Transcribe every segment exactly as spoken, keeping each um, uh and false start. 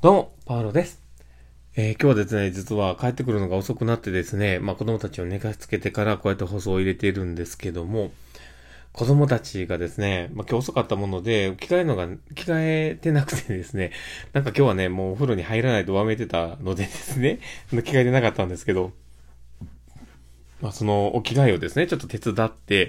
どうも、パウロです。えー、今日はですね、実は帰ってくるのが遅くなってですね、まあ子供たちを寝かしつけてからこうやって放送を入れているんですけども、子供たちがですね、まあ今日遅かったもので、着替えるのが、着替えてなくてですね、なんか今日はね、もうお風呂に入らないとわめてたのでですね、着替えてなかったんですけど、まあそのお着替えをですね、ちょっと手伝って、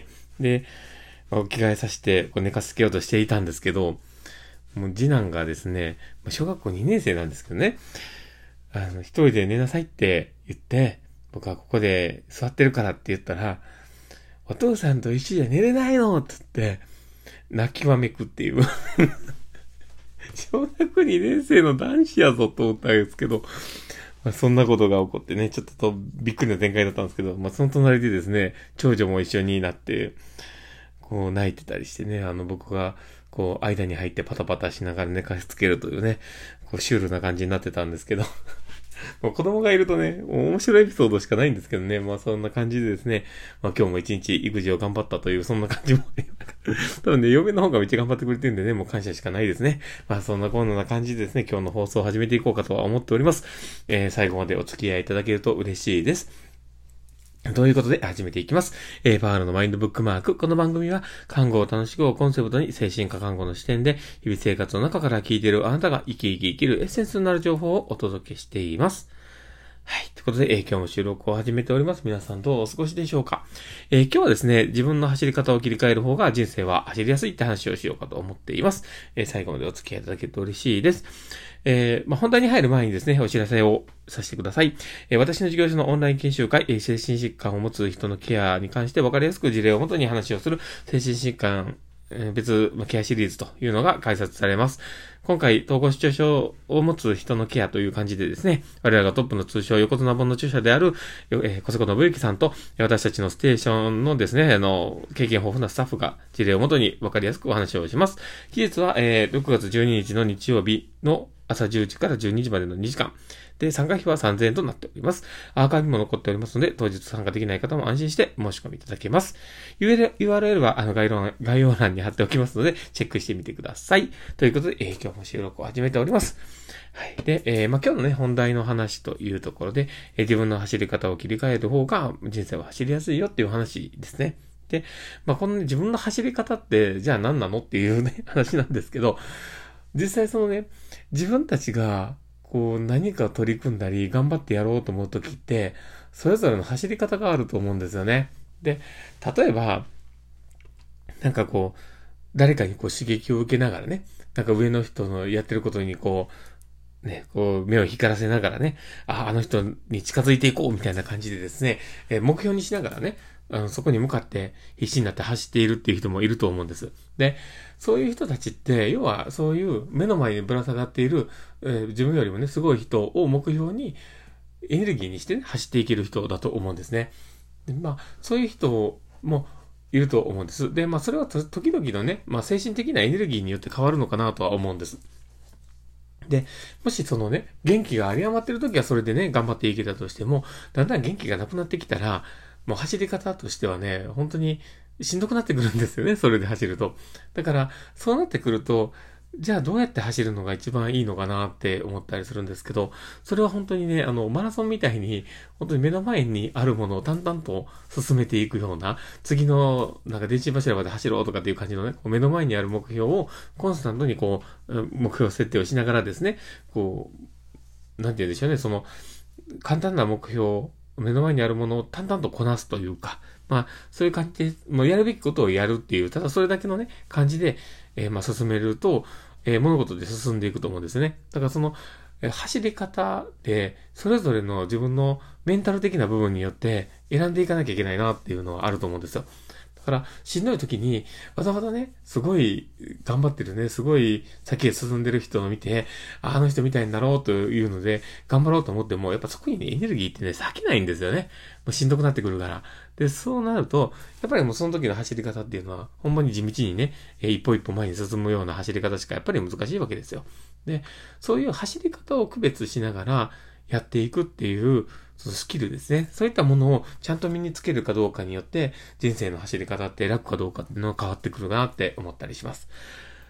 で、まあお着替えさせてこう寝かしつけようとしていたんですけど、もう次男がですね、小学校にねん生なんですけどね、あの、一人で寝なさいって言って、僕はここで座ってるからって言ったら、お父さんと一緒じゃ寝れないのって言って、泣きわめくっていう。小学にねん生の男子やぞと思ったんですけど、まあ、そんなことが起こってね、ちょっとびっくりな展開だったんですけど、まあ、その隣でですね、長女も一緒になって、こう泣いてたりしてね、あの僕がこう間に入ってパタパタしながら寝かしつけるというね、こうシュールな感じになってたんですけど、もう子供がいるとね、面白いエピソードしかないんですけどね、まあそんな感じでですね、まあ今日も一日育児を頑張ったという、そんな感じもね、多分ね、嫁の方がめっちゃ頑張ってくれてるんでね、もう感謝しかないですね。まあそんなこんな感じでですね、今日の放送を始めていこうかとは思っております。えー、最後までお付き合いいただけると嬉しいです。ということで始めていきます。えー、パールのマインドブックマーク。この番組は、看護を楽しくをコンセプトに精神科看護の視点で、日々生活の中から聞いているあなたが生き生き生きるエッセンスになる情報をお届けしています。はい。ということで、えー、今日も収録を始めております。皆さんどうお過ごしでしょうか。えー、今日はですね、自分の走り方を切り替える方が人生は走りやすいって話をしようかと思っています。えー、最後までお付き合いいただけると嬉しいです。えー、まあ、本題に入る前にですね、お知らせをさせてください。えー、私の事業所のオンライン研修会、えー、精神疾患を持つ人のケアに関して分かりやすく事例をもとに話をする精神疾患別ケアシリーズというのが開催されます。今回、統合失調症を持つ人のケアという感じでですね、我らがトップの通称横綱本の著者である、えー、小坂信之さんと、私たちのステーションのですね、あの、経験豊富なスタッフが事例をもとに分かりやすくお話をします。期日は、えー、ろくがつじゅうににちの日曜日の朝じゅうじからじゅうにじまでのにじかん。で、参加費はさんぜんえんとなっております。アーカイブも残っておりますので、当日参加できない方も安心して申し込みいただけます。ユーアールエル はあの概要欄、概要欄に貼っておきますので、チェックしてみてください。ということで、えー、今日も収録を始めております。はい。で、えー、まあ、今日のね、本題の話というところで、えー、自分の走り方を切り替える方が人生は走りやすいよっていう話ですね。で、まあ、このね、自分の走り方って、じゃあ何なのっていうね、話なんですけど、実際そのね、自分たちが、こう何か取り組んだり頑張ってやろうと思うときって、それぞれの走り方があると思うんですよね。で、例えば、なんかこう、誰かにこう刺激を受けながらね、なんか上の人のやってることにこう、ね、こう目を光らせながらね、あ、あの人に近づいていこうみたいな感じでですね、え目標にしながらね、あの、そこに向かって必死になって走っているっていう人もいると思うんです。で、そういう人たちって、要はそういう目の前にぶら下がっている、えー、自分よりもね、すごい人を目標にエネルギーにしてね、走っていける人だと思うんですね。で、まあ、そういう人もいると思うんです。で、まあ、それは時々のね、まあ、精神的なエネルギーによって変わるのかなとは思うんです。で、もしそのね、元気が有り余ってる時はそれでね、頑張っていけたとしても、だんだん元気がなくなってきたら、もう走り方としてはね、本当にしんどくなってくるんですよね、それで走ると。だから、そうなってくると、じゃあどうやって走るのが一番いいのかなって思ったりするんですけど、それは本当にね、あの、マラソンみたいに、本当に目の前にあるものを淡々と進めていくような、次の、なんか電信柱まで走ろうとかっていう感じのね、目の前にある目標をコンスタントにこう、目標設定をしながらですね、こう、なんて言うんでしょうね、その、簡単な目標、目の前にあるものを淡々とこなすというか、まあ、そういう感じで、もうやるべきことをやるっていう、ただそれだけのね、感じで、えー、まあ、進めると、えー、物事で進んでいくと思うんですね。だからその、えー、走り方で、それぞれの自分のメンタル的な部分によって選んでいかなきゃいけないなっていうのはあると思うんですよ。だから、しんどい時に、わざわざね、すごい頑張ってるね、すごい先へ進んでる人を見て、あの人みたいになろうというので、頑張ろうと思っても、やっぱそこにね、エネルギーってね、割けないんですよね。もうしんどくなってくるから。で、そうなると、やっぱりもうその時の走り方っていうのは、ほんまに地道にね、えー、一歩一歩前に進むような走り方しかやっぱり難しいわけですよ。で、そういう走り方を区別しながらやっていくっていう、そのスキルですね。そういったものをちゃんと身につけるかどうかによって、人生の走り方って楽かどうかっていうのが変わってくるなって思ったりします。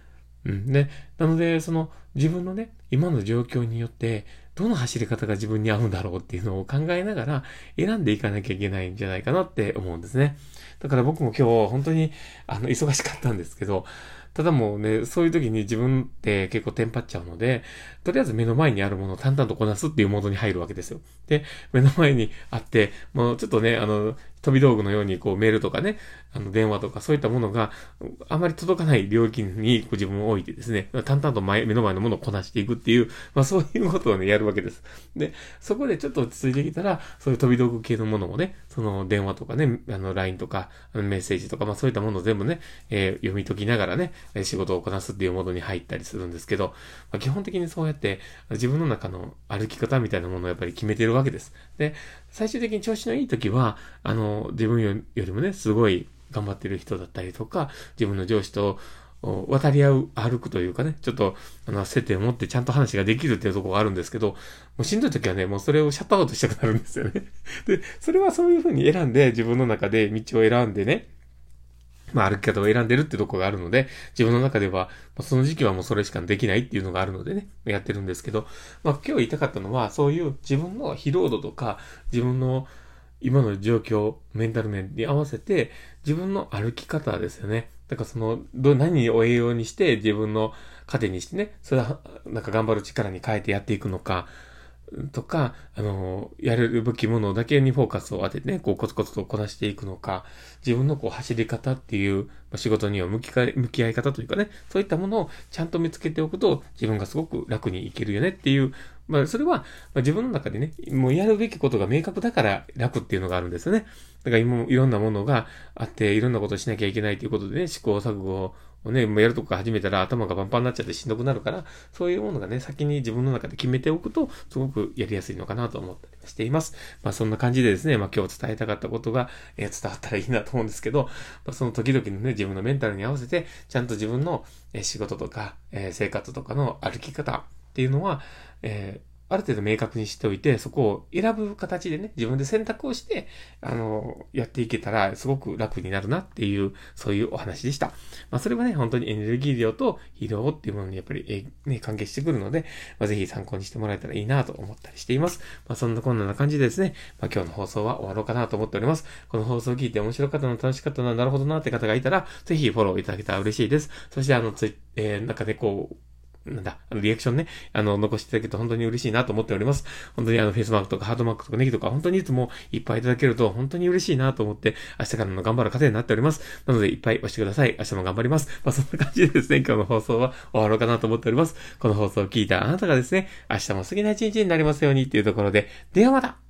うん。で、なので、その自分のね、今の状況によって、どの走り方が自分に合うんだろうっていうのを考えながら選んでいかなきゃいけないんじゃないかなって思うんですね。だから僕も今日本当にあの忙しかったんですけど、ただもうね、そういう時に自分って結構テンパっちゃうので、とりあえず目の前にあるものを淡々とこなすっていうモードに入るわけですよ。で、目の前にあって、もうちょっとね、あの、飛び道具のようにこうメールとかね、あの電話とかそういったものがあまり届かない領域にこう自分を置いてですね、淡々と前、目の前のものをこなしていくっていう、まあそういうことをね、やるわけです。で、そこでちょっと落ち着いてきたら、そういう飛び道具系のものもね、その電話とかね、あの ライン とか、あのメッセージとか、まあそういったものを全部ね、えー、読み解きながらね、仕事をこなすっていうモードに入ったりするんですけど、まあ、基本的にそうやって自分の中の歩き方みたいなものをやっぱり決めてるわけです。で、最終的に調子のいい時は、あの、自分よりもね、すごい頑張ってる人だったりとか、自分の上司と渡り合う、歩くというかね、ちょっと、あの、接点を持ってちゃんと話ができるっていうところがあるんですけど、もうしんどい時はね、もうそれをシャットアウトしたくなるんですよね。で、それはそういう風に選んで、自分の中で道を選んでね、まあ歩き方を選んでるってとこがあるので、自分の中では、まあ、その時期はもうそれしかできないっていうのがあるのでね、やってるんですけど、まあ今日言いたかったのは、そういう自分の疲労度とか、自分の今の状況、メンタル面に合わせて、自分の歩き方ですよね。だからその、ど、何を栄養にして、自分の糧にしてね、それは、なんか頑張る力に変えてやっていくのか、とか、あの、やれるべきものだけにフォーカスを当ててね、こうコツコツとこなしていくのか、自分のこう走り方っていう、まあ、仕事には向きか、向き合い方というかね、そういったものをちゃんと見つけておくと、自分がすごく楽にいけるよねっていう、まあ、それは、まあ、自分の中でね、もうやるべきことが明確だから楽っていうのがあるんですよね。だから今、いろんなものがあって、いろんなことをしなきゃいけないということでね、試行錯誤をね、もうやるとこから始めたら頭がパンパンになっちゃってしんどくなるから、そういうものがね、先に自分の中で決めておくと、すごくやりやすいのかなと思ったりしています。まあそんな感じでですね、まあ今日伝えたかったことが、えー、伝わったらいいなと思うんですけど、まあ、その時々のね、自分のメンタルに合わせて、ちゃんと自分の、えー、仕事とか、えー、生活とかの歩き方っていうのは、えーある程度明確にしておいて、そこを選ぶ形でね、自分で選択をして、あの、やっていけたら、すごく楽になるなっていう、そういうお話でした。まあ、それはね、本当にエネルギー量と疲労っていうものにやっぱり、えね、関係してくるので、まあ、ぜひ参考にしてもらえたらいいなと思ったりしています。まあ、そんなこんな感じでですね、まあ、今日の放送は終わろうかなと思っております。この放送を聞いて面白かったな、楽しかったな、なるほどなって方がいたら、ぜひフォローいただけたら嬉しいです。そして、あの、つい、えー、なんかね、こう、なんだ、リアクションね、あの、残していただけると本当に嬉しいなと思っております。本当にあの、フェイスマークとかハートマークとかネギとか、本当にいつもいっぱいいただけると本当に嬉しいなと思って、明日からの頑張る糧になっております。なので、いっぱい押してください。明日も頑張ります。まあ、そんな感じでですね、今日の放送は終わろうかなと思っております。この放送を聞いたあなたがですね、明日も素敵な一日になりますようにっていうところで、ではまた